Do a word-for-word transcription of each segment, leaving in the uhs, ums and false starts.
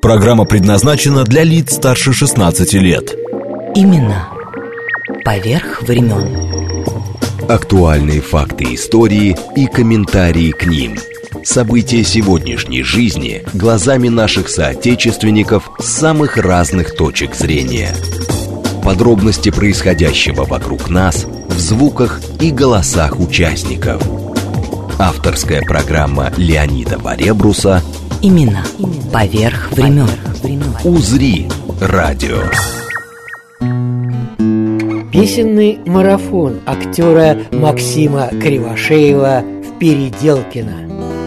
Программа предназначена для лиц старше шестнадцати лет. Именно поверх времен. Актуальные факты истории и комментарии к ним. События сегодняшней жизни глазами наших соотечественников с самых разных точек зрения. Подробности происходящего вокруг нас в звуках и голосах участников. Авторская программа Леонида Баребруса Именно поверх времен. «Узри радио». Песенный марафон актера Максима Кривошеева в Переделкино.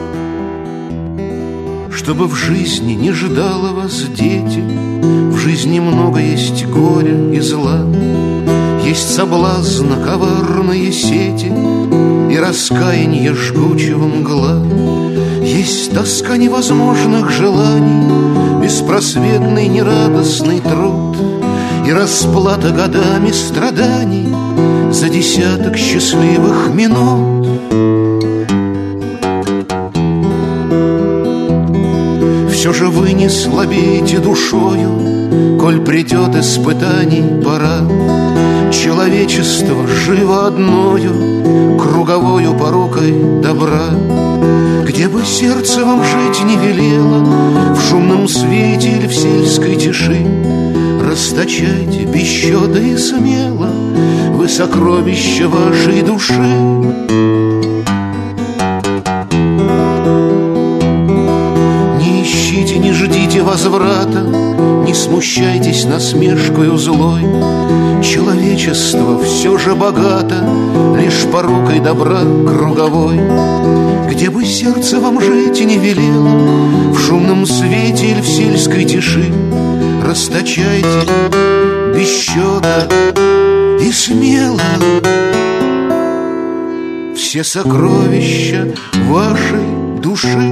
Чтобы в жизни не ждало вас, дети, в жизни много есть горя и зла, есть соблазна, коварные сети и раскаяние жгучего мгла. Есть тоска невозможных желаний, беспросветный нерадостный труд и расплата годами страданий за десяток счастливых минут. Все же вы не слабеете душою, коль придет испытаний пора. Человечество живо одною, круговою порукой добра. Где бы сердце вам жить не велело, в шумном свете или в сельской тиши, расточайте без счета и смело вы сокровища вашей души. Не ищите, не ждите возврата, не смущайтесь насмешкою злой. Человечество все же богато лишь порукой добра круговой. Где бы сердце вам жить не велело, в шумном свете или в сельской тиши, расточайте без счета и смело все сокровища вашей души.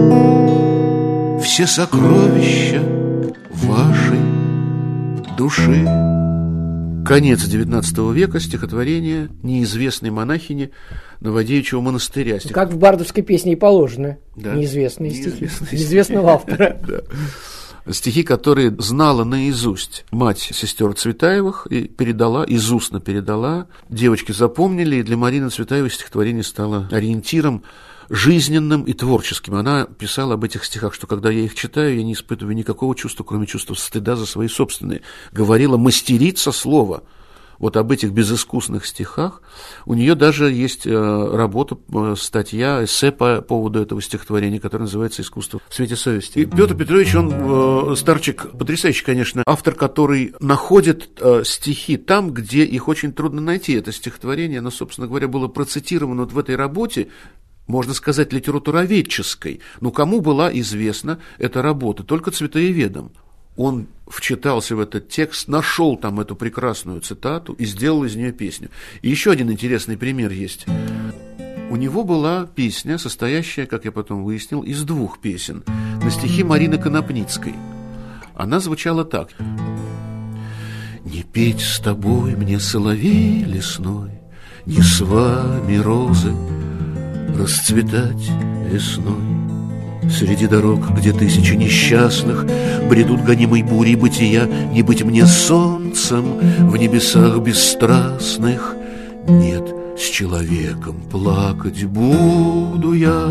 Все сокровища вашей души. Конец девятнадцатого века, стихотворение неизвестной монахини Новодевичьего монастыря. Стих... Как в бардовской песне и положено. Да. Неизвестные, Неизвестные стихи. стихи. Неизвестного автора. Да. Стихи, которые знала наизусть мать сестер Цветаевых и передала, из устно передала. Девочки запомнили, и для Марины Цветаевой стихотворение стало ориентиром жизненным и творческим. Она писала об этих стихах, что когда я их читаю, я не испытываю никакого чувства, кроме чувства стыда за свои собственные. Говорила мастерица слова. Вот об этих безыскусных стихах. У нее даже есть работа, статья, эссе по поводу этого стихотворения, которое называется «Искусство в свете совести». И Петр Петрович, он, старчик, потрясающий, конечно, автор, который находит стихи там, где их очень трудно найти. Это стихотворение, оно, собственно говоря, было процитировано вот в этой работе, можно сказать, литературоведческой. Но кому была известна эта работа? Только цветоеведам. Он вчитался в этот текст, нашел там эту прекрасную цитату и сделал из нее песню. И еще один интересный пример есть. У него была песня, состоящая, как я потом выяснил, из двух песен, на стихи Марины Конопницкой. Она звучала так. «Не петь с тобой мне, соловей лесной, не с вами розы расцветать весной. Среди дорог, где тысячи несчастных бредут гонимой бурей бытия, не быть мне солнцем в небесах бесстрастных. Нет, с человеком плакать буду я.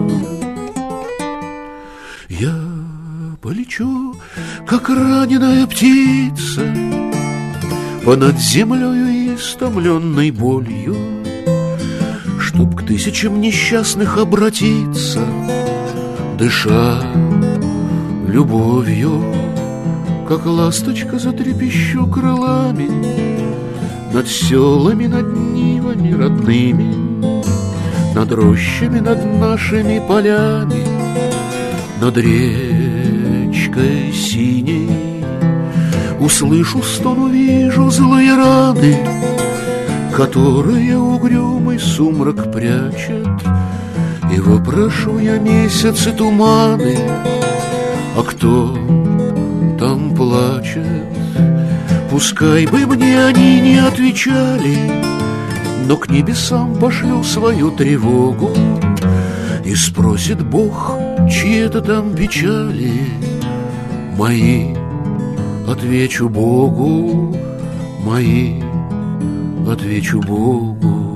Я полечу, как раненая птица, понад землею истомленной болью, чтоб к тысячам несчастных обратиться, дыша любовью, как ласточка затрепещу крылами над селами, над нивами родными, над рощами, над нашими полями, над речкой синей. Услышу стон, увижу злые раны, которые угрюмый сумрак прячет, и вопрошу я месяцы туманы, а кто там плачет? Пускай бы мне они не отвечали, но к небесам пошлю свою тревогу, и спросит Бог, чьи это там печали. мои, отвечу Богу, мои, отвечу Богу.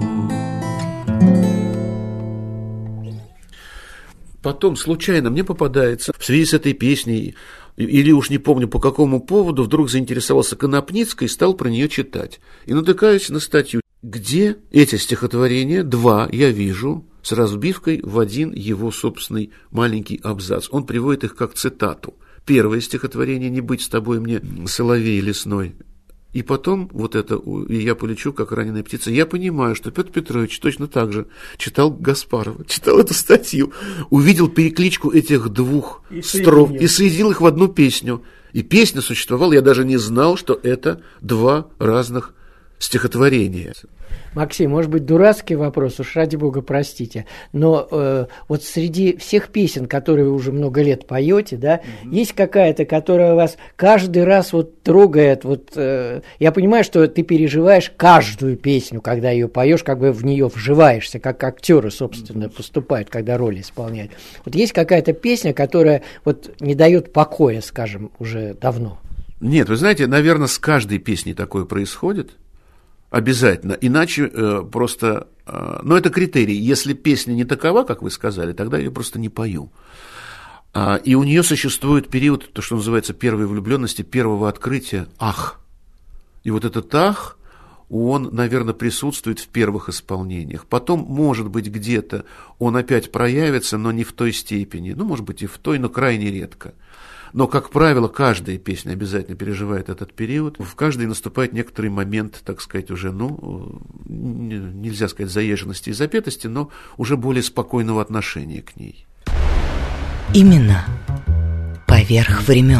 Потом случайно мне попадается в связи с этой песней, или уж не помню по какому поводу, вдруг заинтересовался Конопницкой и стал про нее читать. И натыкаюсь на статью, где эти стихотворения, два, я вижу, с разбивкой в один его собственный маленький абзац. Он приводит их как цитату. Первое стихотворение «Не быть с тобой мне, соловей лесной». И потом вот это «И я полечу, как раненая птица». Я понимаю, что Петр Петрович точно так же читал Гаспарова, читал эту статью, увидел перекличку этих двух и строф и соединил их в одну песню. И песня существовала, я даже не знал, что это два разных стихотворения. Максим, может быть, дурацкий вопрос, уж ради бога простите, но э, вот среди всех песен, которые вы уже много лет поете, да, mm-hmm. есть какая-то, которая вас каждый раз вот трогает, вот, э, я понимаю, что ты переживаешь каждую песню, когда ее поешь, как бы в нее вживаешься, как актеры, собственно, mm-hmm. поступают, когда роли исполняют. Вот есть какая-то песня, которая вот не дает покоя, скажем, уже давно? Нет, вы знаете, наверное, с каждой песней такое происходит. Обязательно, иначе э, просто, э, но это критерий, если песня не такова, как вы сказали, тогда я ее просто не пою. А, и у нее существует период, то, что называется первой влюбленности, первого открытия, ах. И вот этот ах, он, наверное, присутствует в первых исполнениях. Потом, может быть, где-то он опять проявится, но не в той степени, ну, может быть, и в той, но крайне редко. Но, как правило, каждая песня обязательно переживает этот период. В каждой наступает некоторый момент, так сказать, уже, ну, нельзя сказать заезженности и запетости, но уже более спокойного отношения к ней. Именно поверх времен.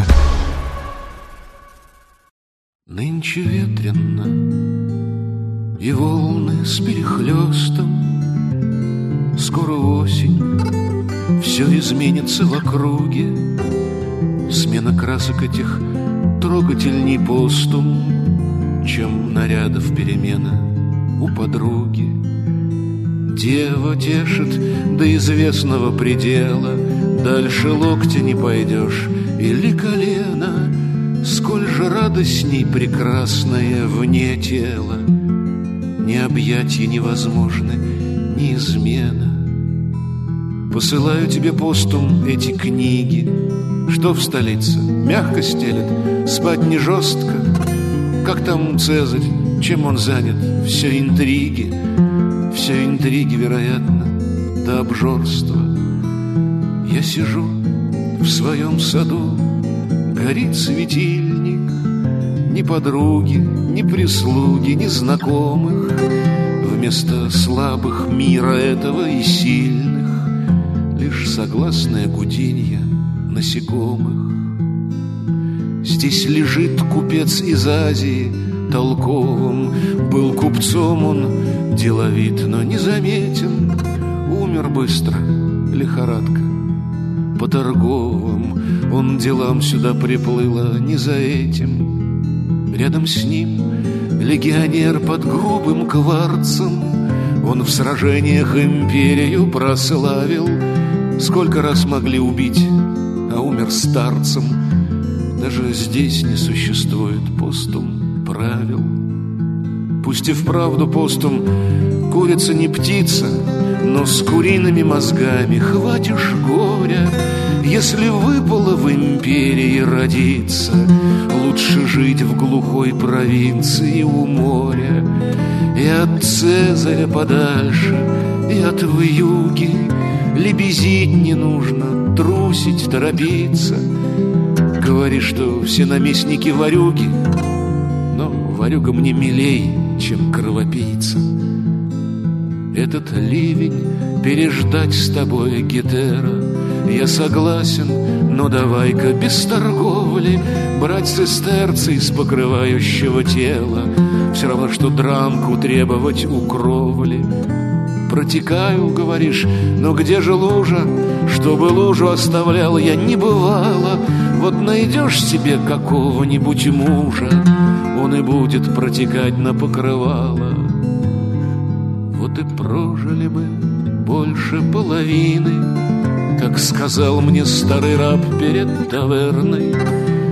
Нынче ветрено, и волны с перехлёстом. Скоро осень, все изменится в округе. Смена красок этих трогательней постум, чем нарядов перемена у подруги. Дева тешит до известного предела, дальше локтя не пойдешь или колена. Сколь же радостней прекрасное вне тела, ни объятия невозможны, ни измена. Посылаю тебе постум эти книги, что в столице мягко стелет, спать не жестко. Как там Цезарь, чем он занят? Все интриги, все интриги, вероятно, до обжорства. Я сижу в своем саду, горит светильник. Ни подруги, ни прислуги, ни знакомых. Вместо слабых мира этого и сильных лишь согласное гуденье насекомых. Здесь лежит купец из Азии, толковым. Был купцом он, деловит, но незаметен. Умер быстро, лихорадка. По торговым он делам сюда приплыло не за этим. Рядом с ним легионер под грубым кварцем. Он в сражениях империю прославил. Сколько раз могли убить, а умер старцем. Даже здесь не существует постум правил. Пусть и вправду постум курица не птица, но с куриными мозгами хватишь горя. Если выпало в империи родиться, лучше жить в глухой провинции у моря. И от Цезаря подальше, и от вьюги. Лебезить не нужно, трусить, торопиться. Говоришь, что все наместники ворюги, но ворюга мне милей, чем кровопийца. Этот ливень переждать с тобой, Гетера, я согласен, но давай-ка без торговли брать сестерцы из покрывающего тела. Все равно, что дранку требовать у кровли. Протекаю, говоришь, но где же лужа? Чтобы лужу оставлял я не бывало. Вот найдешь себе какого-нибудь мужа, он и будет протекать на покрывало. Вот и прожили мы больше половины, как сказал мне старый раб перед таверной.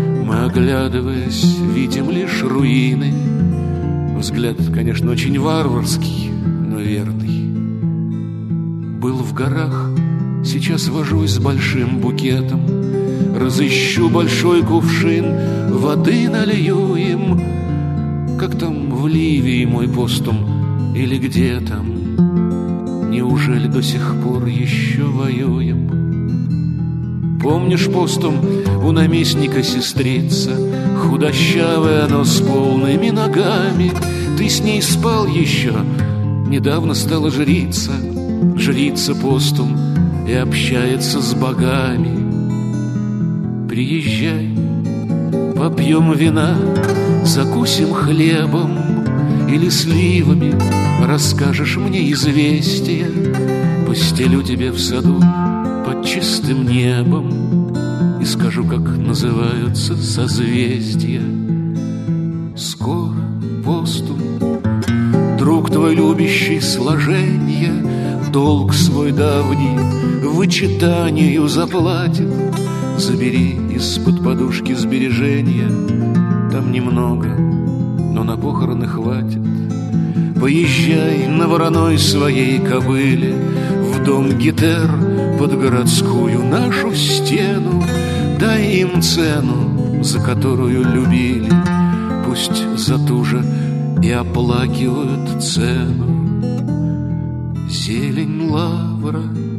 оглядываясь, видим лишь руины. Взгляд, конечно, очень варварский, но верный. Был в горах, сейчас вожусь с большим букетом. Разыщу большой кувшин, воды налью им. Как там в Ливии мой постум, или где там? Неужели до сих пор еще воюем? Помнишь, постум, у наместника сестрица, худощавая, но с полными ногами. Ты с ней спал еще, недавно стала жрица. Жрица, постум, и общается с богами. Приезжай, попьем вина, закусим хлебом или сливами. Расскажешь мне известия, постелю тебе в саду под чистым небом и скажу, как называются созвездия. Скоро, постум, друг твой любящий сложенья, долг свой давний вычитанию заплатит. Забери из-под подушки сбережения, там немного, но на похороны хватит. Поезжай на вороной своей кобыле в дом Гетер под городскую нашу стену. Дай им цену, за которую любили, пусть за ту же и оплакивают цену. Зелень лавра,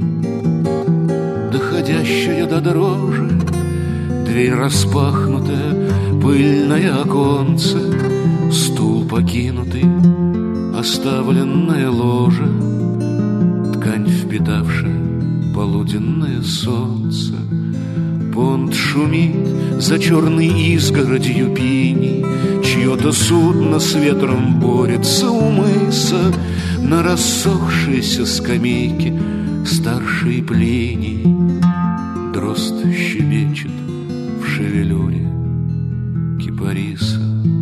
доходящая до дрожи, дверь распахнутая, пыльное оконце, стул покинутый, оставленное ложе, ткань впитавшая полуденное солнце. Понт шумит за черной изгородью пиней, чье-то судно с ветром борется у мыса. На рассохшейся скамейке старший Плиний дрозд щебечет в шевелюре кипариса.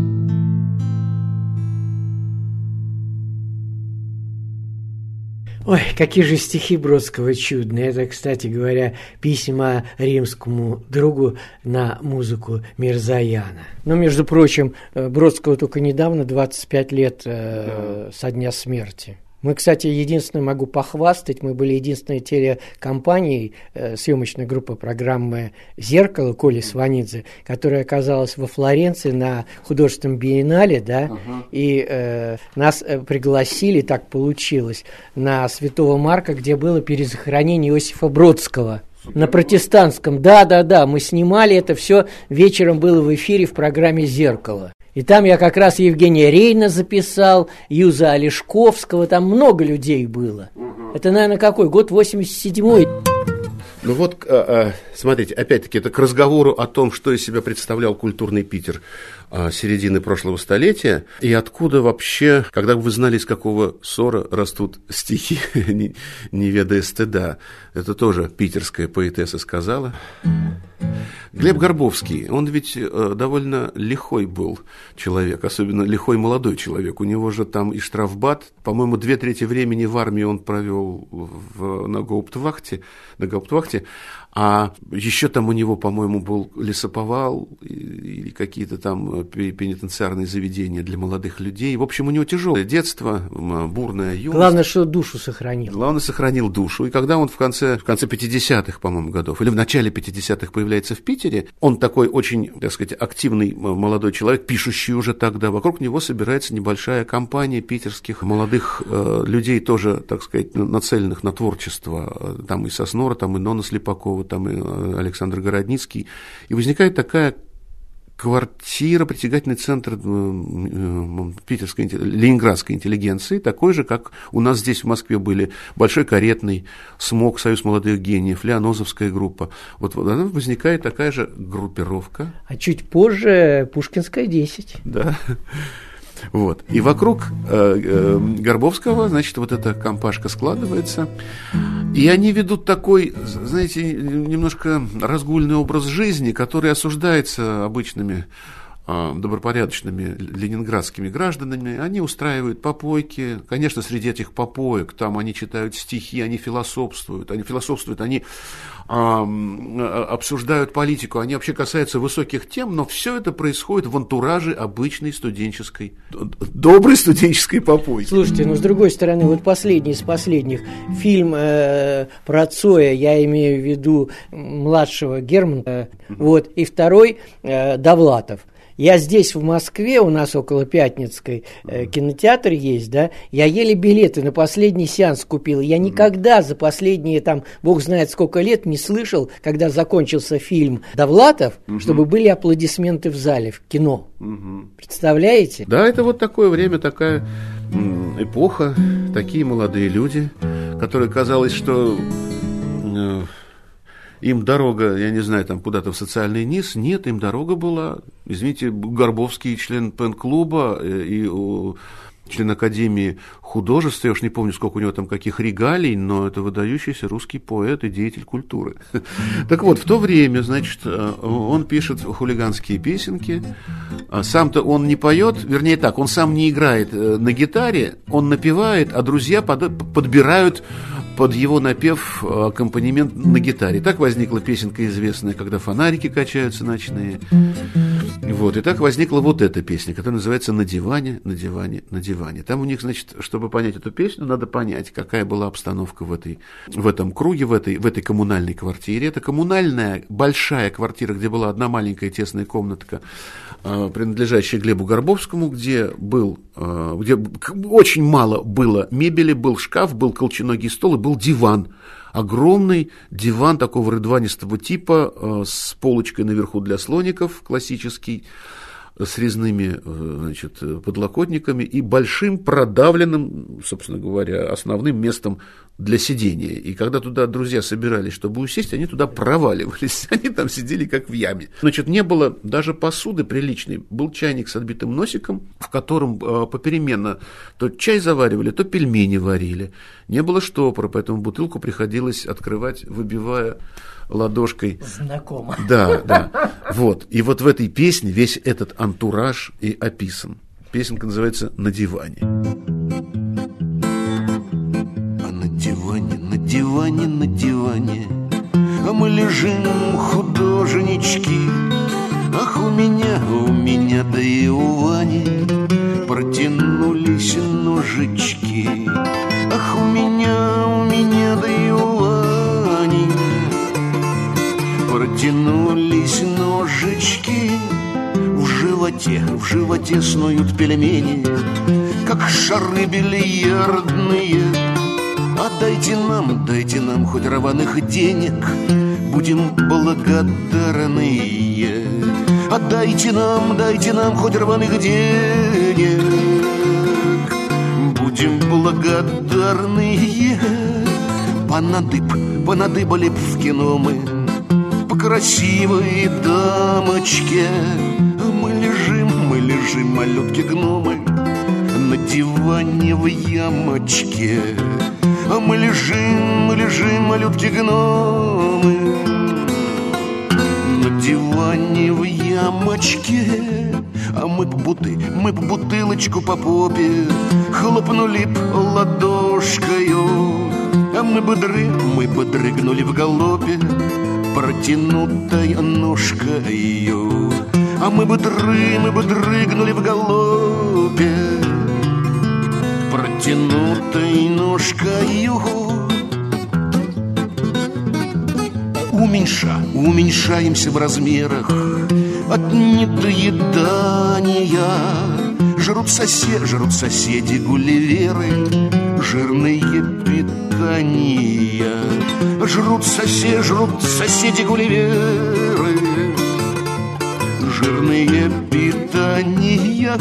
Ой, какие же стихи Бродского чудные. Это, кстати говоря, письма римскому другу на музыку Мирзояна. Но, между прочим, Бродского только недавно, двадцать пять лет э, со дня смерти. Мы, кстати, единственное, могу похвастать, мы были единственной телекомпанией, э, съемочной группы программы «Зеркало» Коли Сванидзе, которая оказалась во Флоренции на художественном биеннале, да, uh-huh. и э, нас э, пригласили, так получилось, на Святого Марка, где было перезахоронение Иосифа Бродского. На протестантском, да-да-да, мы снимали это все, вечером было в эфире в программе «Зеркало». И там я как раз Евгения Рейна записал, Юза Олешковского, там много людей было. Угу. Это, наверное, какой? Год восемьдесят седьмой. Ну вот, смотрите, опять-таки, это к разговору о том, что из себя представлял культурный Питер середины прошлого столетия, и откуда вообще, когда вы знали, из какого ссора растут стихи, не, не ведая стыда. Это тоже питерская поэтесса сказала. Глеб Горбовский, он ведь довольно лихой был человек, особенно лихой молодой человек. У него же там и штрафбат, по-моему, две трети времени в армии он провел в, на гауптвахте, на гауптвахте, а еще там у него, по-моему, был лесоповал или какие-то там пенитенциарные заведения для молодых людей. В общем, у него тяжелое детство, бурная юность. Главное, что душу сохранил. Главное, сохранил душу. И когда он в конце, в конце пятидесятых, по-моему, годов, или в начале пятидесятых появляется в Питере, он такой очень, так сказать, активный молодой человек, пишущий уже тогда. Вокруг него собирается небольшая компания питерских молодых э, людей, тоже, так сказать, нацеленных на творчество. Там и Соснора, там и Нона Слепакова, там и Александр Городницкий. И возникает такая квартира, притягательный центр питерской, ленинградской интеллигенции, такой же, как у нас здесь в Москве были Большой Каретный, СМОК, Союз молодых гениев, Леонозовская группа. Вот она возникает такая же группировка. А чуть позже Пушкинская десять. Да. Вот. И вокруг э, э, Горбовского, значит, вот эта компашка складывается. И они ведут такой, знаете, немножко разгульный образ жизни, который осуждается обычными добропорядочными ленинградскими гражданами, они устраивают попойки. Конечно, среди этих попоек там они читают стихи, они философствуют, они философствуют, они а, обсуждают политику, они вообще касаются высоких тем, но все это происходит в антураже обычной студенческой, доброй студенческой попойки. Слушайте, но с другой стороны, вот последний из последних фильм э, про Цоя, я имею в виду младшего Германа, э, вот, и второй э, Довлатов. Я здесь, в Москве, у нас около Пятницкой э, кинотеатр есть, да, я еле билеты на последний сеанс купил. Я никогда за последние, там, бог знает сколько лет не слышал, когда закончился фильм «Довлатов», угу. чтобы были аплодисменты в зале, в кино. Угу. Представляете? Да, это вот такое время, такая эпоха, такие молодые люди, которые казалось, что... Э, им дорога, я не знаю, там куда-то в социальный низ. Нет, им дорога была. Извините, Горбовский член пен-клуба и член Академии художеств, я уж не помню, сколько у него там каких регалий, но это выдающийся русский поэт и деятель культуры. Так вот, в то время, значит, он пишет хулиганские песенки. Сам-то он не поет, вернее так, он сам не играет на гитаре, он напевает, а друзья подбирают под его напев аккомпанемент на гитаре. Так возникла песенка известная, когда фонарики качаются ночные. Вот. И так возникла вот эта песня, которая называется «На диване, на диване, на диване». Там у них, значит, чтобы понять эту песню, надо понять, какая была обстановка в, этой, в этом круге, в этой, в этой коммунальной квартире. Это коммунальная большая квартира, где была одна маленькая тесная комнатка, принадлежащая Глебу Горбовскому, где, был, где очень мало было мебели, был шкаф, был колченогий стол и был диван. Огромный диван такого рыдванистого типа с полочкой наверху для слоников, классический, с резными, значит, подлокотниками и большим продавленным, собственно говоря, основным местом для сидения. И когда туда друзья собирались, чтобы усесть, они туда проваливались. Они там сидели как в яме. Значит, не было даже посуды приличной. Был чайник с отбитым носиком, в котором попеременно то чай заваривали, то пельмени варили. Не было штопора, поэтому бутылку приходилось открывать, выбивая ладошкой. Знакомо. Да, да. Вот. И вот в этой песне весь этот антураж и описан. Песенка называется «На диване». А на диване, на диване, на диване, а мы лежим, художнички. Ах, у меня, у меня, да и у Вани протянулись ножички. Ах, у меня, у меня, да и у Вани протянулись ножички. В животе, в животе снуют пельмени, как шары бильярдные. А дайте нам, дайте нам хоть рваных денег, будем благодарны. А дайте нам, дайте нам хоть рваных денег, будем благодарны. Понадыб, понадыбали б в кино мы по красивой дамочке. Мы лежим, мы лежим, малютки-гномы, на диване в ямочке. А мы лежим, мы лежим, малютки-гномы, на диване в ямочке. А мы б буты, мы б бутылочку по попе хлопнули б ладошкою. А мы бы дры, мы бы дрыгнули в галопе протянутой ножкою. А мы бы дры, мы бы дрыгнули в галопе протянутой ножкою. Уменьша, уменьшаемся в размерах от недоедания. Жрут соседи, жрут соседи гулливеры, жирные питания. Жрут соседи, жрут соседи гулливеры, жирные питания.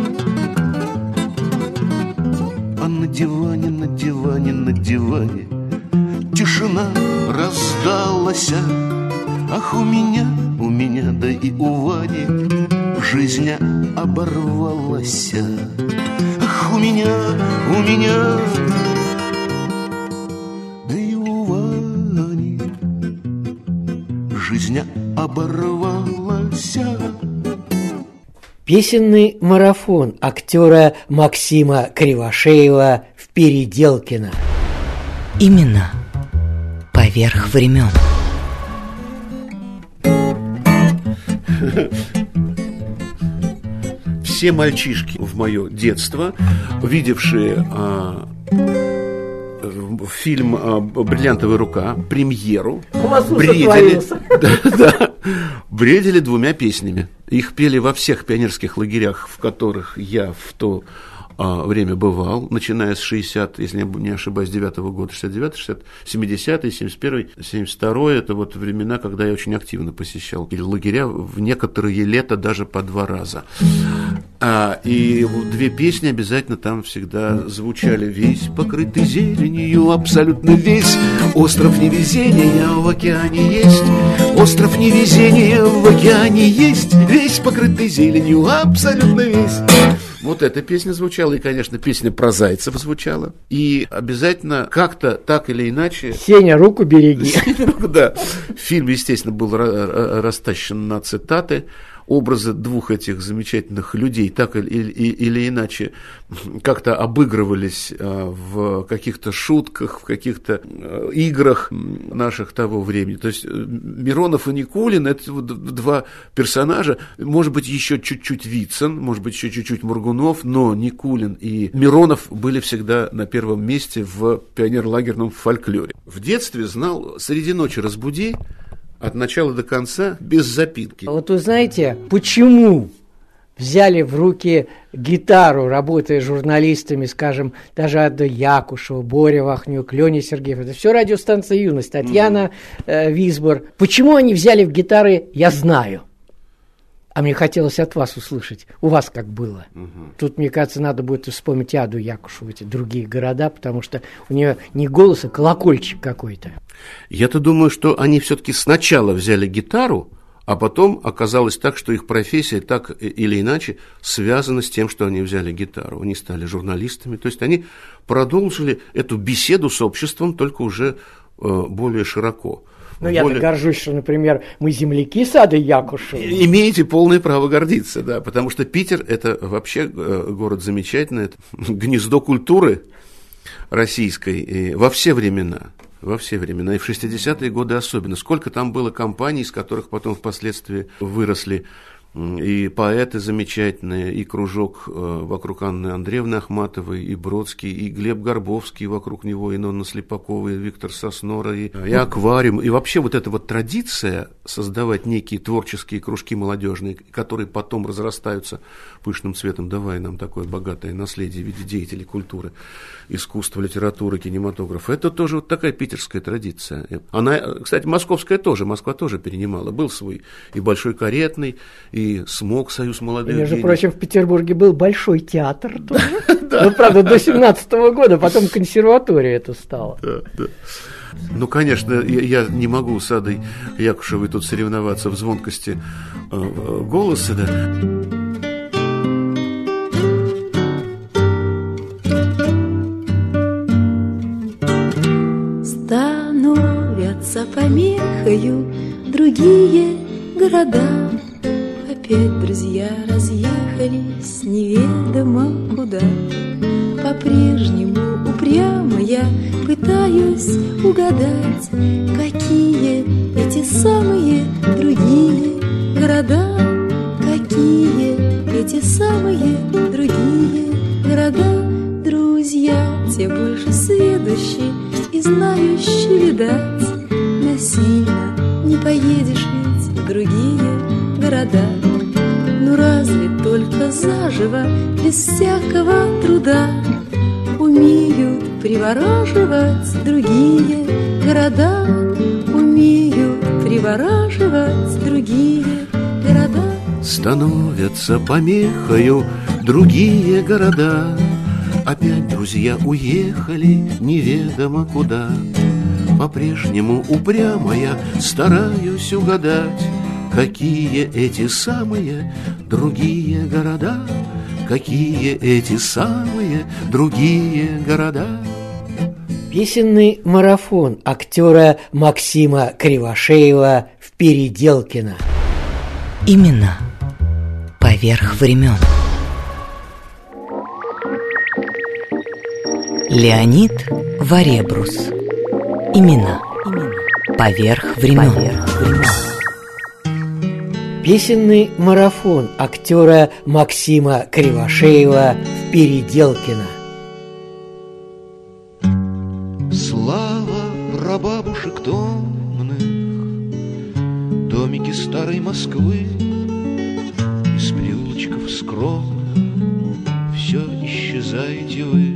А на диване, на диване, на диване тишина раздалась. Ах, у меня, у меня, да и у Вани жизнь оборвалась. Ах, у меня, у меня, да и у Вани жизнь оборвалась. Песенный марафон актера Максима Кривошеева в Переделкино. Именно поверх времен. Все мальчишки в мое детство, видевшие а, фильм а, «Бриллиантовая рука», премьеру, бредили, да, да, бредили двумя песнями. Их пели во всех пионерских лагерях, в которых я в то а, время бывал, начиная с шестидесятого, если я не ошибаюсь, девятого года, шестьдесят девятый, шестьдесят, семидесятый, семьдесят первый, семьдесят второй, это вот времена, когда я очень активно посещал лагеря, в некоторые лета даже по два раза. А, и две песни обязательно там всегда звучали. Весь покрытый зеленью, абсолютно весь. Остров невезения в океане есть. Остров невезения в океане есть. Весь покрытый зеленью, абсолютно весь. Вот эта песня звучала, и, конечно, песня про зайцев звучала. И обязательно как-то так или иначе... Сеня, руку береги. Да. Фильм, естественно, был растащен на цитаты. Образы двух этих замечательных людей так или, или, или иначе как-то обыгрывались в каких-то шутках, в каких-то играх наших того времени. То есть Миронов и Никулин – это два персонажа, может быть, еще чуть-чуть Вицин, может быть, еще чуть-чуть Моргунов, но Никулин и Миронов были всегда на первом месте в пионерлагерном фольклоре. В детстве знал «Среди ночи разбуди», от начала до конца, без запинки. Вот вы знаете, почему взяли в руки гитару, работая журналистами, скажем, даже Ада Якушева, Боря Вахнюк, Леня Сергеев. Это все радиостанция «Юность», Татьяна э, Висбор. Почему они взяли в гитары, я знаю. А мне хотелось от вас услышать. У вас как было? Угу. Тут, мне кажется, надо будет вспомнить Аду Якушеву, эти другие города, потому что у нее не голос, а колокольчик какой-то. Я-то думаю, что они все-таки сначала взяли гитару, а потом оказалось так, что их профессия так или иначе связана с тем, что они взяли гитару. Они стали журналистами, то есть они продолжили эту беседу с обществом, только уже э, более широко. Ну, я более... горжусь, что, например, мы земляки с Адой Якушевой. Имеете полное право гордиться, да, потому что Питер – это вообще город замечательный, это гнездо культуры российской и во все времена, во все времена, и в шестидесятые годы особенно. Сколько там было компаний, из которых потом впоследствии выросли и поэты замечательные, и кружок вокруг Анны Андреевны Ахматовой, и Бродский, и Глеб Горбовский вокруг него, и Нонна Слепакова, и Виктор Соснора, и, и аквариум. И вообще вот эта вот традиция создавать некие творческие кружки молодежные, которые потом разрастаются пышным цветом, давая нам такое богатое наследие в виде деятелей культуры, искусства, литературы, кинематографа. Это тоже вот такая питерская традиция. Она, кстати, московская тоже, Москва тоже перенимала. Был свой и Большой Каретный, и И СМОК, Союз молодых. Между прочим, в Петербурге был Большой театр тоже. Ну, правда, до семнадцатого года, потом консерватория это стала. Да, да. Ну, конечно, я не могу с Адой Якушевой тут соревноваться в звонкости голоса, да. Становятся помехою другие города. Опять друзья разъехались неведомо куда. По-прежнему упрямо я пытаюсь угадать, какие эти самые другие города, какие эти самые другие города. Друзья, те больше сведущие и знающие, видать, насильно не поедешь ведь в другие города. Ну разве только заживо, без всякого труда, умеют привораживать другие города, умеют привораживать другие города. Становятся помехою другие города. Опять друзья уехали неведомо куда. По-прежнему упрямо я стараюсь угадать, какие эти самые другие города, какие эти самые другие города. Песенный марафон актера Максима Кривошеева в Переделкино. Именно Поверх времен. Леонид Варебрус. Имена. Поверх времен. Песенный марафон актера Максима Кривошеева в Переделкино. Слава прабабушек томных, домики старой Москвы, из переулочков скромных все исчезаете вы.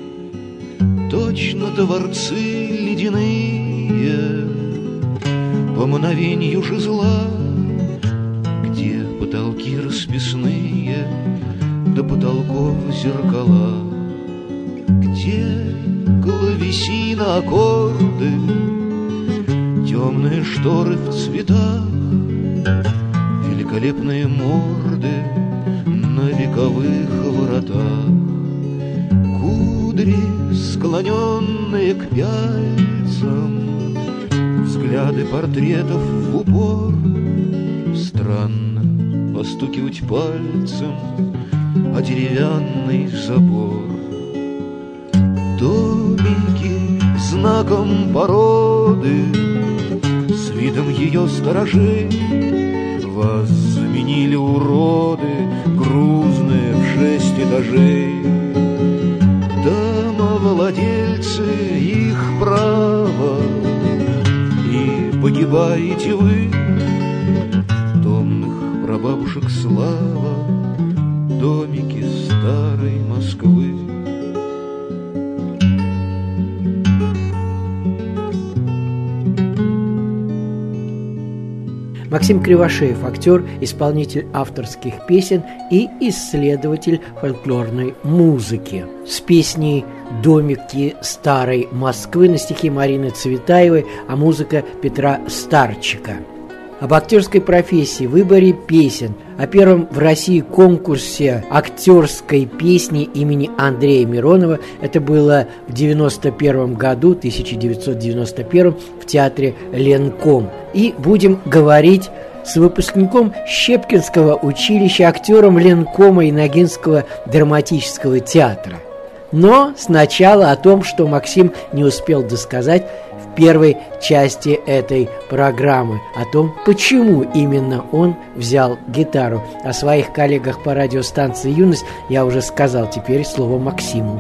Точно дворцы ледяные, по мгновенью жезла, где потолки расписные, до потолков зеркала, где клавесина аккорды, темные шторы в цветах, великолепные морды на вековых воротах, кудри, склоненные к пяльцам, взгляды портретов в упор. Странно постукивать пальцем о деревянный забор. Домики знаком породы, с видом ее сторожей, вас заменили уроды, грузные в шесть этажей. Домовладельцы, их право, и погибаете вы. Томных прабабушек слава, домики старой Москвы. Максим Кривошеев – актер, исполнитель авторских песен и исследователь фольклорной музыки. С песней «Домики старой Москвы» на стихи Марины Цветаевой, а музыка Петра Старчика. Об актерской профессии, выборе песен, о первом в России конкурсе актерской песни имени Андрея Миронова. Это было в девяносто первом году, тысяча девятьсот девяносто первом, в театре Ленком. И будем говорить с выпускником Щепкинского училища, актером Ленкома и Ногинского драматического театра. Но сначала о том, что Максим не успел досказать в первой части этой программы, о том, почему именно он взял гитару. О своих коллегах по радиостанции «Юность» я уже сказал, теперь слово Максиму.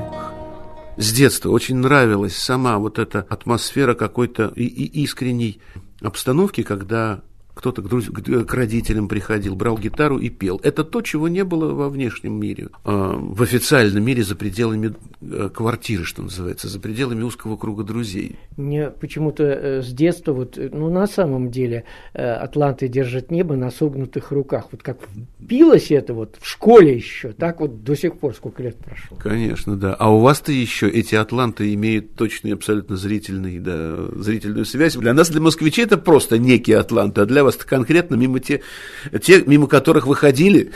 С детства очень нравилась сама вот эта атмосфера какой-то и, и искренней обстановки, когда кто-то к, друз... к родителям приходил, брал гитару и пел. Это то, чего не было во внешнем мире. В официальном мире за пределами квартиры, что называется, за пределами узкого круга друзей. Мне почему-то с детства, вот, ну, на самом деле, атланты держат небо на согнутых руках. Вот как пилось это вот в школе еще, так вот до сих пор, сколько лет прошло. Конечно, да. А у вас-то еще эти атланты имеют точный, абсолютно зрительный, да, зрительную связь. Для нас, для москвичей, это просто некие атланты, а для вас конкретно мимо те, те, мимо которых вы ходили.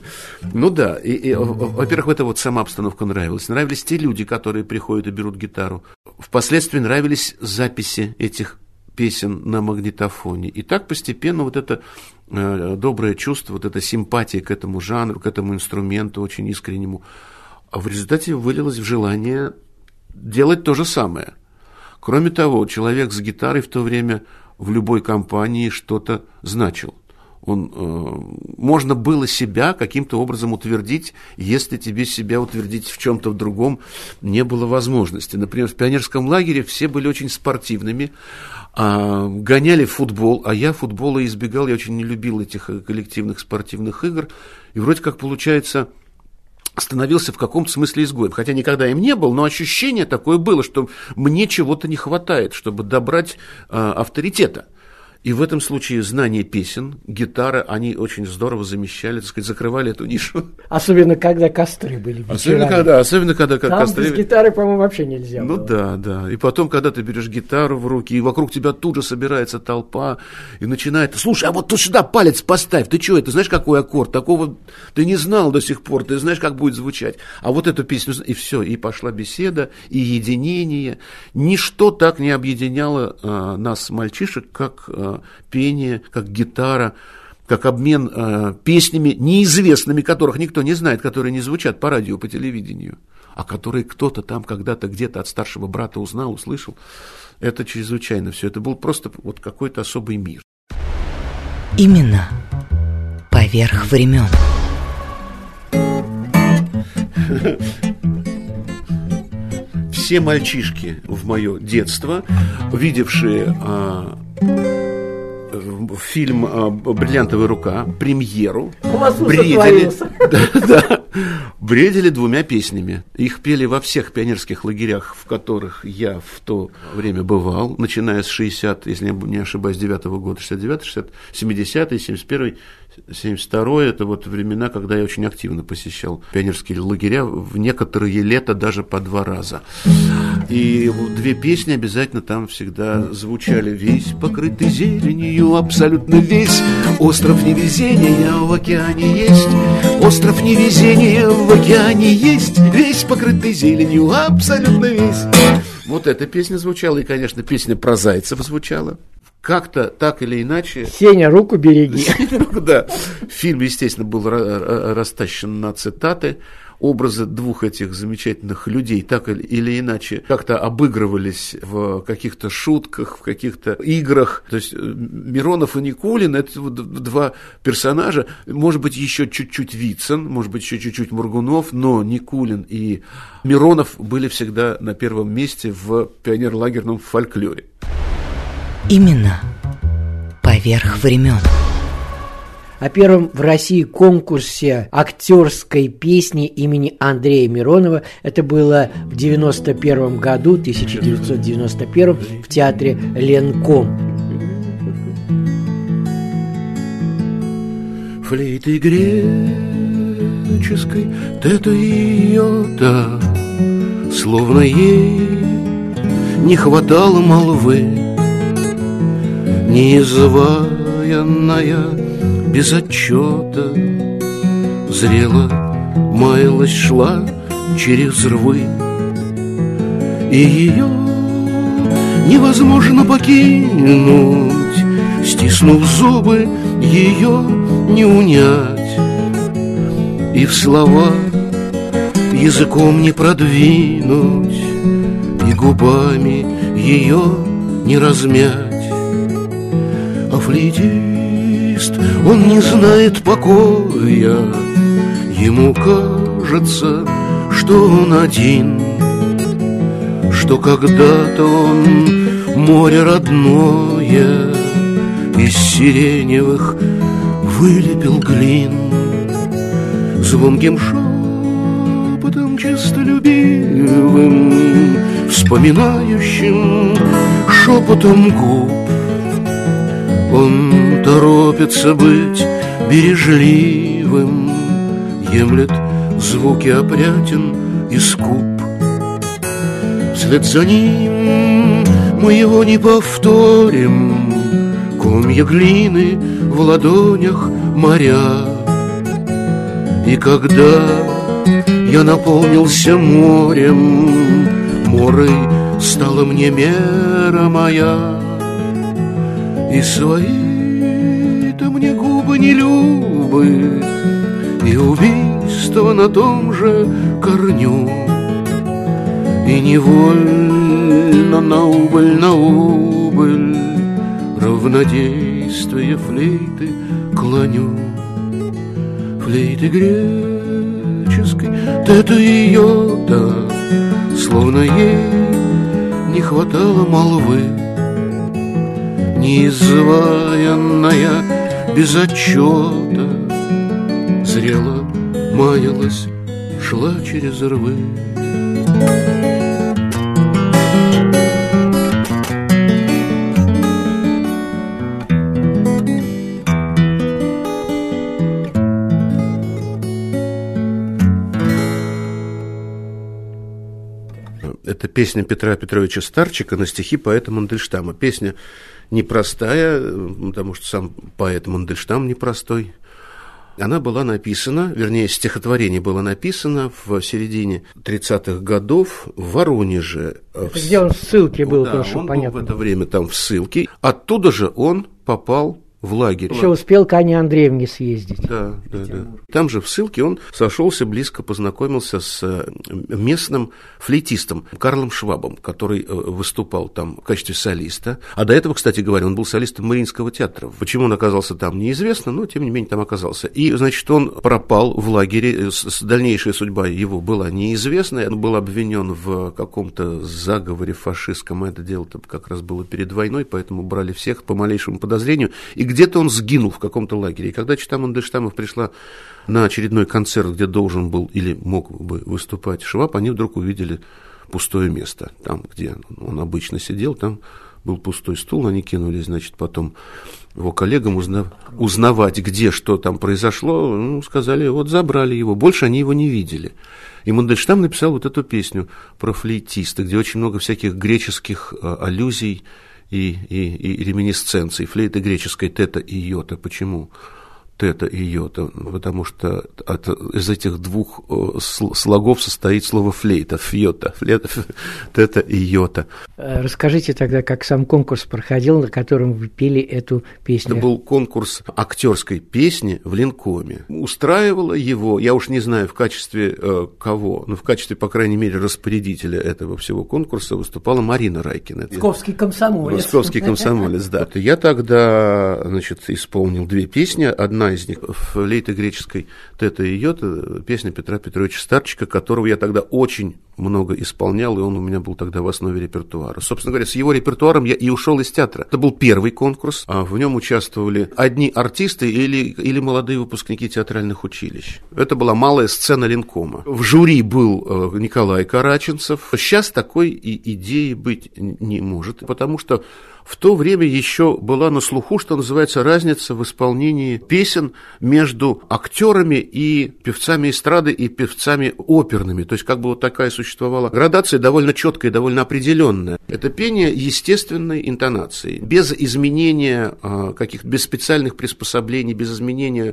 Ну да, и, и, во-первых, эта вот сама обстановка нравилась. Нравились те люди, которые приходят и берут гитару. Впоследствии нравились записи этих песен на магнитофоне. И так постепенно вот это э, доброе чувство, вот эта симпатия к этому жанру, к этому инструменту очень искреннему, а в результате вылилось в желание делать то же самое. Кроме того, человек с гитарой в то время в любой компании что-то значил. Он, э, можно было себя каким-то образом утвердить, если тебе себя утвердить в чем-то в другом не было возможности. Например, в пионерском лагере все были очень спортивными, э, гоняли в футбол, а я футбола избегал, я очень не любил этих коллективных спортивных игр, и вроде как получается становился в каком-то смысле изгоем, хотя никогда им не был, но ощущение такое было, что мне чего-то не хватает, чтобы добрать э, авторитета. И в этом случае знание песен, гитара, они очень здорово замещали, так сказать, закрывали эту нишу. Особенно, когда костры были вечерами. Особенно, когда, особенно, когда как там костры... без гитары, по-моему, вообще нельзя Ну было. да, да. И потом, когда ты берешь гитару в руки, и вокруг тебя тут же собирается толпа, и начинает... Слушай, а вот тут сюда палец поставь, ты что, это знаешь, какой аккорд? Такого ты не знал до сих пор, ты знаешь, как будет звучать. А вот эту песню... И все, и пошла беседа, и единение. Ничто так не объединяло а, нас, мальчишек, как а, пение, как гитара, как обмен э, песнями, неизвестными, которых никто не знает, которые не звучат по радио, по телевидению, а которые кто-то там когда-то где-то от старшего брата узнал, услышал. Это чрезвычайно все. Это был просто вот какой-то особый мир. Именно поверх времен. Все мальчишки в мое детство, видевшие а, фильм а, «Бриллиантовая рука», премьеру, бредили, да, да, бредили двумя песнями. Их пели во всех пионерских лагерях, в которых я в то время бывал, начиная с шестидесятого, если я не ошибаюсь, девятого года, шестьдесят девятый, шестьдесят, семидесятый, семьдесят первый, семьдесят второй, это вот времена, когда я очень активно посещал пионерские лагеря, в некоторые лета даже по два раза. И две песни обязательно там всегда звучали. Весь покрытый зеленью, абсолютно весь, остров невезения в океане есть, остров невезения в океане есть, весь покрытый зеленью, абсолютно весь. Вот эта песня звучала, и, конечно, песня про зайцев звучала. Как-то так или иначе... Сеня, руку береги. Да. Фильм, естественно, был растащен на цитаты. Образы двух этих замечательных людей так или иначе как-то обыгрывались в каких-то шутках, в каких-то играх. То есть Миронов и Никулин – это два персонажа. Может быть, еще чуть-чуть Вицин, может быть, еще чуть-чуть Моргунов, но Никулин и Миронов были всегда на первом месте в пионерлагерном фольклоре. Именно поверх времен. О первом в России конкурсе актерской песни имени Андрея Миронова, это было в девяносто первом году, тысяча девятьсот девяносто первом, в театре Ленком. Флейты греческой тета-йота, словно ей не хватало молвы, неизваянная без отчета, зрела, маялась, шла через рвы, и ее невозможно покинуть, стиснув зубы, ее не унять, и в слова языком не продвинуть, и губами ее не размять. А флейтист, он не знает покоя, ему кажется, что он один, что когда-то он море родное из сиреневых вылепил глин, звонким шепотом чистолюбивым, вспоминающим шепотом губ. Он торопится быть бережливым, емлет звуки опрятен и скуп. Вслед за ним мы его не повторим, комья глины в ладонях моря. И когда я наполнился морем, морой стала мне мера моя. И свои-то мне губы не любы, и убийство на том же корню, и невольно на убыль, на убыль равнодействие флейты клоню. Флейты греческой тета-йота, словно ей не хватало молвы, неизваянная без отчета, зрела, маялась, шла через рвы. Это песня Петра Петровича Старчика на стихи поэта Мандельштама. Песня непростая, потому что сам поэт Мандельштам непростой. Она была написана, вернее, стихотворение было написано в середине тридцатых годов в Воронеже. Где он в ссылке был, да, тоже он понятно. был в это время там в ссылке. Оттуда же он попал в лагерь. Еще успел к Анне Андреевне съездить. Да, да, да. Там же в ссылке он сошелся, близко познакомился с местным флейтистом Карлом Швабом, который выступал там в качестве солиста. А до этого, кстати говоря, он был солистом Мариинского театра. Почему он оказался там, неизвестно, но тем не менее там оказался. И, значит, он пропал в лагере. Дальнейшая судьба его была неизвестна. Он был обвинен в каком-то заговоре фашистском. Это дело-то как раз было перед войной, поэтому брали всех по малейшему подозрению. И где-то он сгинул в каком-то лагере. И когда Чита Мандельштамов пришла на очередной концерт, где должен был или мог бы выступать Шваб, они вдруг увидели пустое место. Там, где он обычно сидел, там был пустой стул. Они кинулись, значит, потом его коллегам узнав... узнавать, где что там произошло. Ну, сказали, вот забрали его. Больше они его не видели. И Мандельштам написал вот эту песню про флейтиста, где очень много всяких греческих а, аллюзий И, и, и реминисценции. Флейта греческой тета и йота. Почему тета и йота? Потому что от, из этих двух слогов состоит слово флейта, фьота, флейта, тета и йота. Расскажите тогда, как сам конкурс проходил, на котором вы пели эту песню. Это был конкурс актерской песни в Ленкоме. Устраивало его, я уж не знаю в качестве э, кого, но в качестве, по крайней мере, распорядителя этого всего конкурса выступала Марина Райкина. Московский комсомолец. Московский комсомолец, да. Я тогда, значит, исполнил две песни. Одна из них флейта греческой тета и йота, песня Петра Петровича Старчика, которого я тогда очень много исполнял, и он у меня был тогда в основе репертуара. Собственно говоря, с его репертуаром я и ушел из театра. Это был первый конкурс, а в нем участвовали одни артисты или, или молодые выпускники театральных училищ. Это была малая сцена Ленкома. В жюри был Николай Караченцев. Сейчас такой и идеи быть не может, потому что в то время еще была на слуху, что называется, разница в исполнении песен между актерами и певцами эстрады и певцами оперными. То есть как бы вот такая существовала градация довольно четкая, довольно определенная. Это пение естественной интонации, без изменения а, каких-то, без специальных приспособлений, без изменения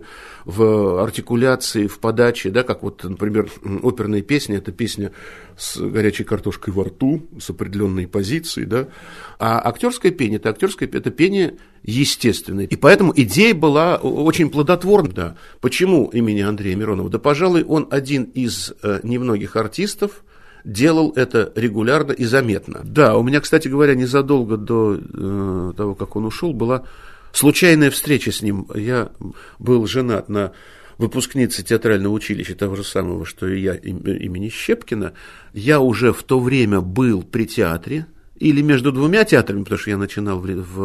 в артикуляции, в подаче, да, как вот, например, оперная песня, это песня с горячей картошкой во рту, с определенной позицией, да, а актерское пение, это актерское, это пение естественное. И поэтому идея была очень плодотворна. Да. Почему имени Андрея Миронова? Да, пожалуй, он один из э, немногих артистов, делал это регулярно и заметно. Да, у меня, кстати говоря, незадолго до э, того, как он ушел, была случайная встреча с ним. Я был женат на выпускнице театрального училища, того же самого, что и я, имени Щепкина. Я уже в то время был при театре, или между двумя театрами, потому что я начинал в,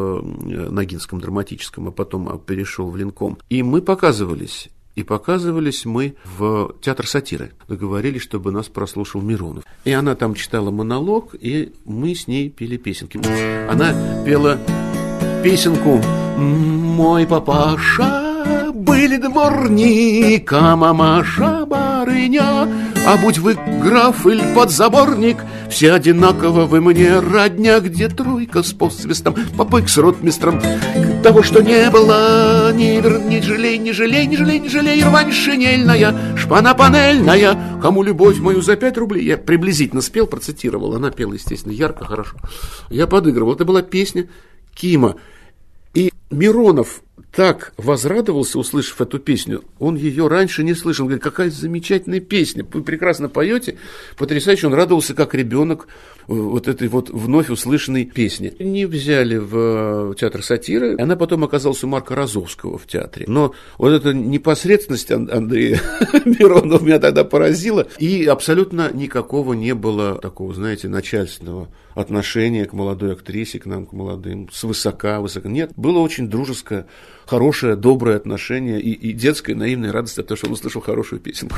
в Ногинском драматическом, а потом перешел в Ленком. И мы показывались. И показывались мы в театр сатиры. Договорились, чтобы нас прослушал Миронов. И она там читала монолог, и мы с ней пели песенки. Она пела песенку «Мой папаша были дворник, а мамаша барыня. А будь вы граф или подзаборник, все одинаково вы мне родня, где тройка с посвистом, попык с ротмистром. Того, что не было, не, не жалей, не жалей, не жалей, не жалей, рвань шинельная, шпана панельная, кому любовь мою за пять рублей. Я приблизительно спел, процитировал, она пела, естественно, ярко, хорошо. Я подыгрывал, это была песня Кима. И Миронов так возрадовался, услышав эту песню, он ее раньше не слышал. Он говорит, какая замечательная песня, вы прекрасно поете, потрясающе. Он радовался, как ребенок, вот этой вот вновь услышанной песни. Не взяли в театр сатиры, она потом оказалась у Марка Розовского в театре. Но вот эта непосредственность Андрея Миронова меня тогда поразила, и абсолютно никакого не было такого, знаете, начальственного отношения к молодой актрисе, к нам, к молодым, свысока, высоко. Нет, было очень дружеское, хорошее, доброе отношение и, и детская наивная радость от того, что он услышал хорошую песенку.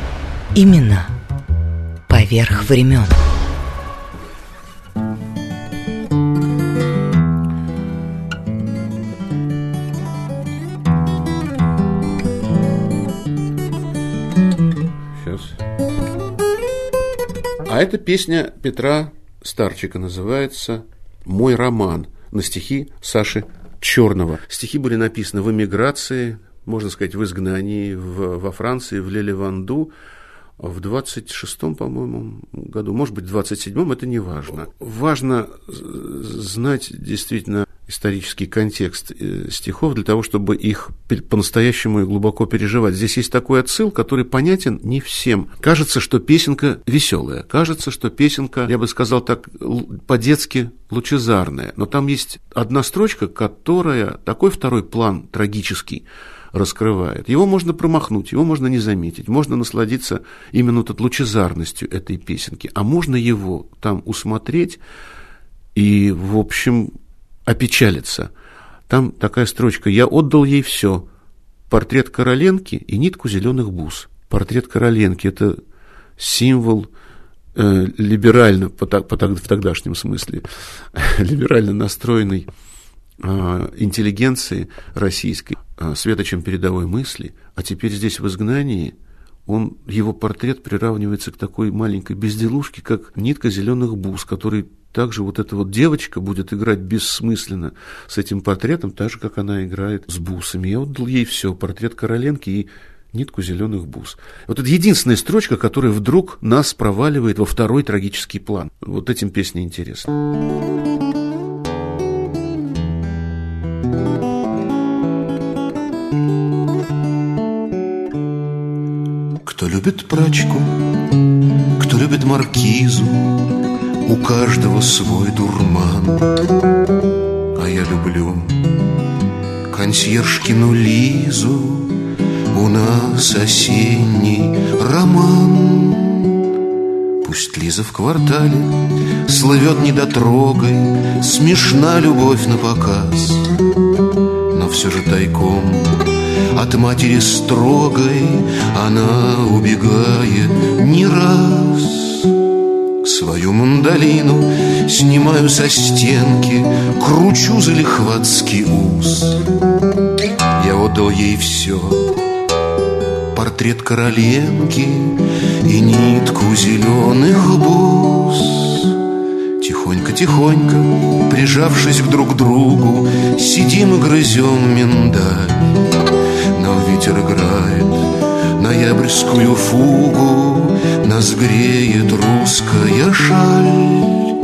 Именно поверх времен. Сейчас. А эта песня Петра Старчика называется «Мой роман» на стихи Саши Черного. Стихи были написаны в эмиграции, можно сказать, в изгнании, в, во Франции, в Леле-Ванду в двадцать шестом, по-моему, году, может быть, в двадцать седьмом, это не важно. Важно знать действительно исторический контекст стихов для того, чтобы их по-настоящему и глубоко переживать. Здесь есть такой отсыл, который понятен не всем. Кажется, что песенка веселая, кажется, что песенка, я бы сказал так, по-детски лучезарная, но там есть одна строчка, которая такой второй план трагический раскрывает. Его можно промахнуть, его можно не заметить, можно насладиться именно тут лучезарностью этой песенки, а можно его там усмотреть и, в общем, опечалиться. Там такая строчка: «Я отдал ей все: портрет Короленки и нитку зеленых бус». Портрет Короленки – это символ э, либерально, по, по, в тогдашнем смысле, либерально настроенной э, интеллигенции российской, э, светочем передовой мысли, а теперь здесь в изгнании он, его портрет приравнивается к такой маленькой безделушке, как нитка зеленых бус, который также вот эта вот девочка будет играть бессмысленно с этим портретом, так же, как она играет с бусами. Я отдал ей все: портрет Короленки и нитку зеленых бус. Вот это единственная строчка, которая вдруг нас проваливает во второй трагический план. Вот этим песня интересна. Кто любит прачку, кто любит маркизу, у каждого свой дурман. А я люблю консьержкину Лизу, у нас осенний роман. Пусть Лиза в квартале слывет недотрогой, смешна любовь напоказ, но все же тайком от матери строгой она убегает не раз. Свою мандолину снимаю со стенки, кручу за лихватский ус. Я отдал ей все: портрет Короленки и нитку зеленых бус. Тихонько-тихонько, прижавшись друг к другу, сидим и грызем миндаль. Нам ветер играет ноябрьскую фугу, нас греет русская шаль.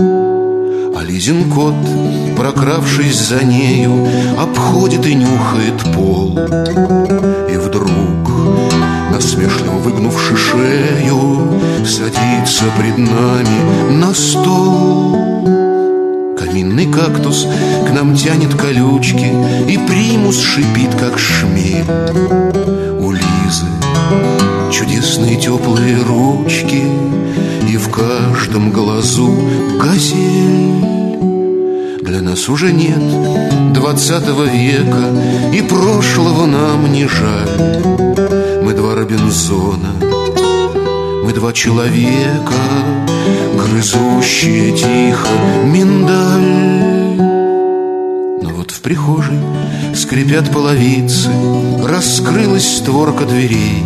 А Лизин кот, прокравшись за нею, обходит и нюхает пол. И вдруг, насмешливо выгнувши шею, садится пред нами на стол. Каминный кактус к нам тянет колючки, и примус шипит, как шмель. У Лизы чудесные теплые ручки, и в каждом глазу газель. Для нас уже нет двадцатого века, и прошлого нам не жаль. Мы два Робинзона, мы два человека, грызущие тихо миндаль. Но вот в прихожей скрипят половицы, раскрылась створка дверей,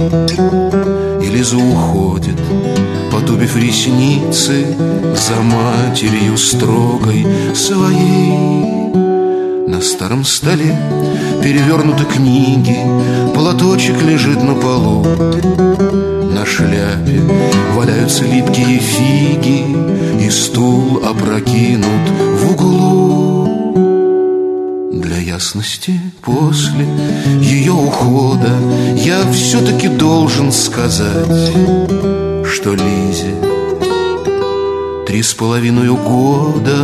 и Лиза уходит, потупив ресницы, за матерью строгой своей. На старом столе перевернуты книги, платочек лежит на полу. На шляпе валяются липкие фиги, и стул опрокинут в углу. Для ясности после ее ухода я все-таки должен сказать, что Лизе три с половиной года.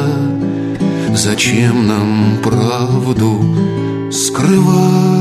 Зачем нам правду скрывать?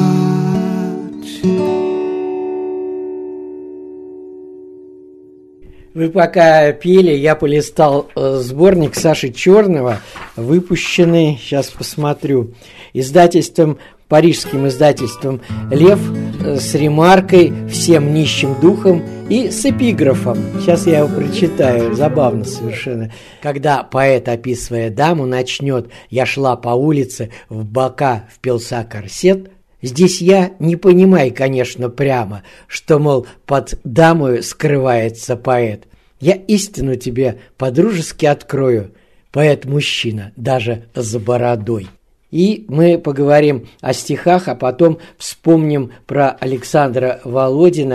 Вы пока пели, я полистал сборник Саши Черного, выпущенный, сейчас посмотрю, издательством, парижским издательством «Лев», с ремаркой «Всем нищим духом» и с эпиграфом. Сейчас я его прочитаю, забавно совершенно. Когда поэт, описывая даму, начнет «Я шла по улице, в бока впился корсет», здесь я не понимаю, конечно, прямо, что, мол, под дамою скрывается поэт. Я истину тебе по-дружески открою, поэт-мужчина, даже с бородой. И мы поговорим о стихах, а потом вспомним про Александра Володина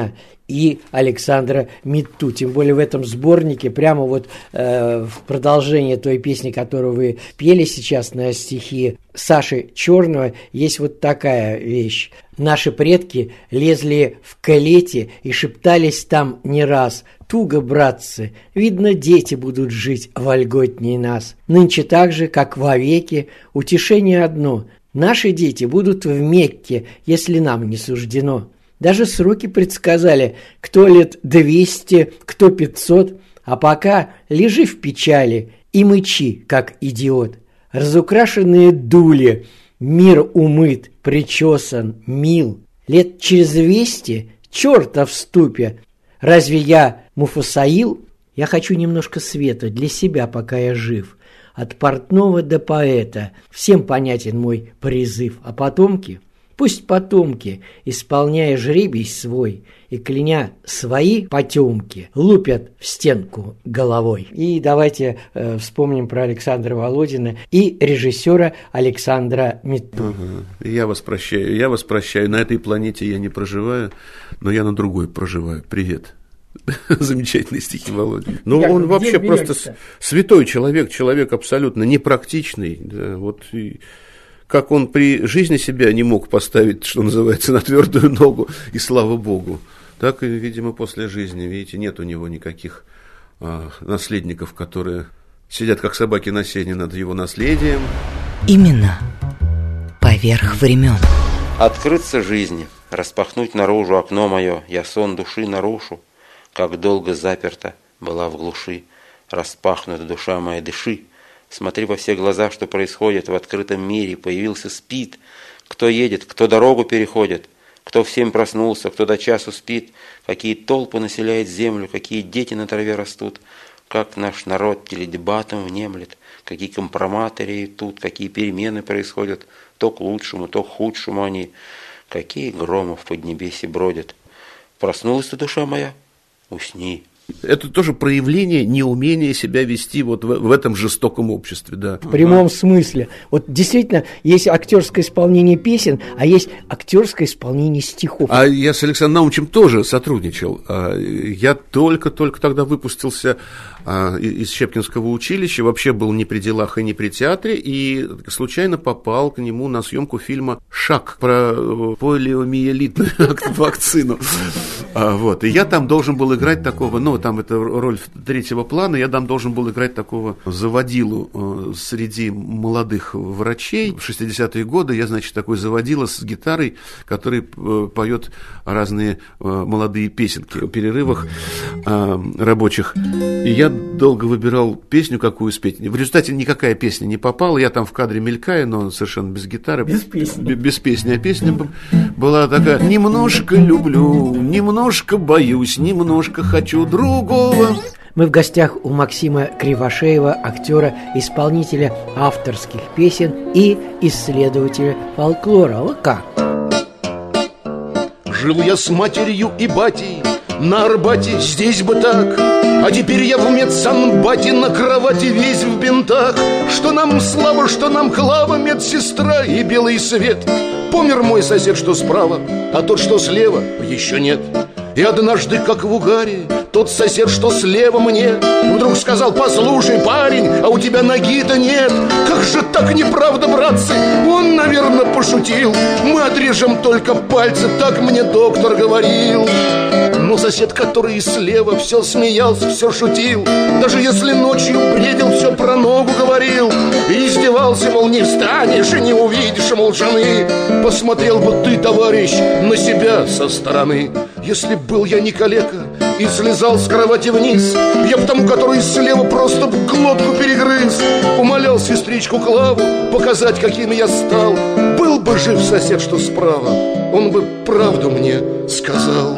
и Александра Митту. Тем более в этом сборнике, прямо вот э, в продолжение той песни, которую вы пели сейчас на стихи Саши Черного, есть вот такая вещь. Наши предки лезли в калете и шептались там не раз: туго, братцы, видно, дети будут жить вольготней нас. Нынче так же, как вовеки, утешение одно: наши дети будут в Мекке, если нам не суждено. Даже сроки предсказали, кто лет двести, кто пятьсот, а пока лежи в печали и мычи, как идиот. Разукрашенные дули, мир умыт, причесан, мил. Лет через двести, черта в ступе. Разве я Муфасаил? Я хочу немножко света для себя, пока я жив. От портного до поэта всем понятен мой призыв. А потомки? Пусть потомки, исполняя жребий свой и кляня свои потемки, лупят в стенку головой. И давайте э, вспомним про Александра Володина и режиссера Александра Митту. Ага. Я вас прощаю, я вас прощаю. На этой планете я не проживаю, но я на другой проживаю. Привет. Замечательные стихи Володина. Ну, он вообще просто святой человек, человек абсолютно непрактичный. Да, вот и... Как он при жизни себя не мог поставить, что называется, на твердую ногу, и слава Богу, так и, видимо, после жизни, видите, нет у него никаких а, наследников, которые сидят как собаки на сене над его наследием. Именно поверх времен. Открыться жизни, распахнуть наружу окно мое, я сон души нарушу, как долго заперта была в глуши, распахнута душа моя, дыши. Смотри во все глаза, что происходит в открытом мире. Появился спит. Кто едет, кто дорогу переходит, кто в семь проснулся, кто до часу спит. Какие толпы населяет землю, какие дети на траве растут. Как наш народ теледебатом внемлет, какие компроматы реют тут, какие перемены происходят. То к лучшему, то к худшему они. Какие громы в поднебесье бродят. Проснулась-то душа моя? Усни. Это тоже проявление неумения себя вести вот в, в этом жестоком обществе, да. В прямом ага. смысле. Вот действительно, есть актерское исполнение песен, а есть актерское исполнение стихов. А я с Александром Наумовичем тоже сотрудничал. Я только-только тогда выпустился из Щепкинского училища, вообще был не при делах и не при театре, и случайно попал к нему на съемку фильма «Шаг» про полиомиелитную вакцину. Вот. И я там должен был играть такого, ну, там это роль третьего плана, я там должен был играть такого заводилу среди молодых врачей. В шестидесятые годы я, значит, такой заводила с гитарой, который поет разные молодые песенки в перерывах рабочих. И я долго выбирал песню, какую спеть. В результате никакая песня не попала. Я там в кадре мелькаю, но совершенно без гитары. Без песни. Без песни. А песня была такая: немножко люблю, немножко боюсь, немножко хочу другого. Мы в гостях у Максима Кривошеева, актера, исполнителя авторских песен и исследователя фольклора. Вот как? Жил я с матерью и батей на Арбате, здесь бы так. А теперь я в медсанбате на кровати весь в бинтах. Что нам слава, что нам клава, медсестра и белый свет. Помер мой сосед, что справа, а тот, что слева, еще нет. И однажды, как в угаре, тот сосед, что слева мне, вдруг сказал: послушай, парень, а у тебя ноги-то нет. Как же так неправда, братцы? Он, наверное, пошутил. Мы отрежем только пальцы, так мне доктор говорил. Но сосед, который слева, все смеялся, все шутил. Даже если ночью бредил, все про ногу говорил. И издевался, мол, не встанешь и не увидишь, мол, жены. Посмотрел бы ты, товарищ, на себя со стороны. Если был я не калека и слезал с кровати вниз, я б тому, который слева, просто в глотку перегрыз. Умолял сестричку Клаву показать, каким я стал. Был бы жив сосед, что справа, он бы правду мне сказал.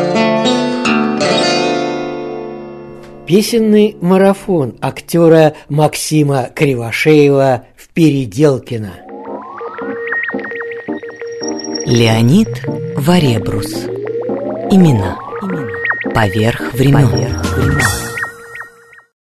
Песенный марафон актера Максима Кривошеева в Переделкино. Леонид Варебрус. Имена. Имена. Поверх времен. Поверх времен.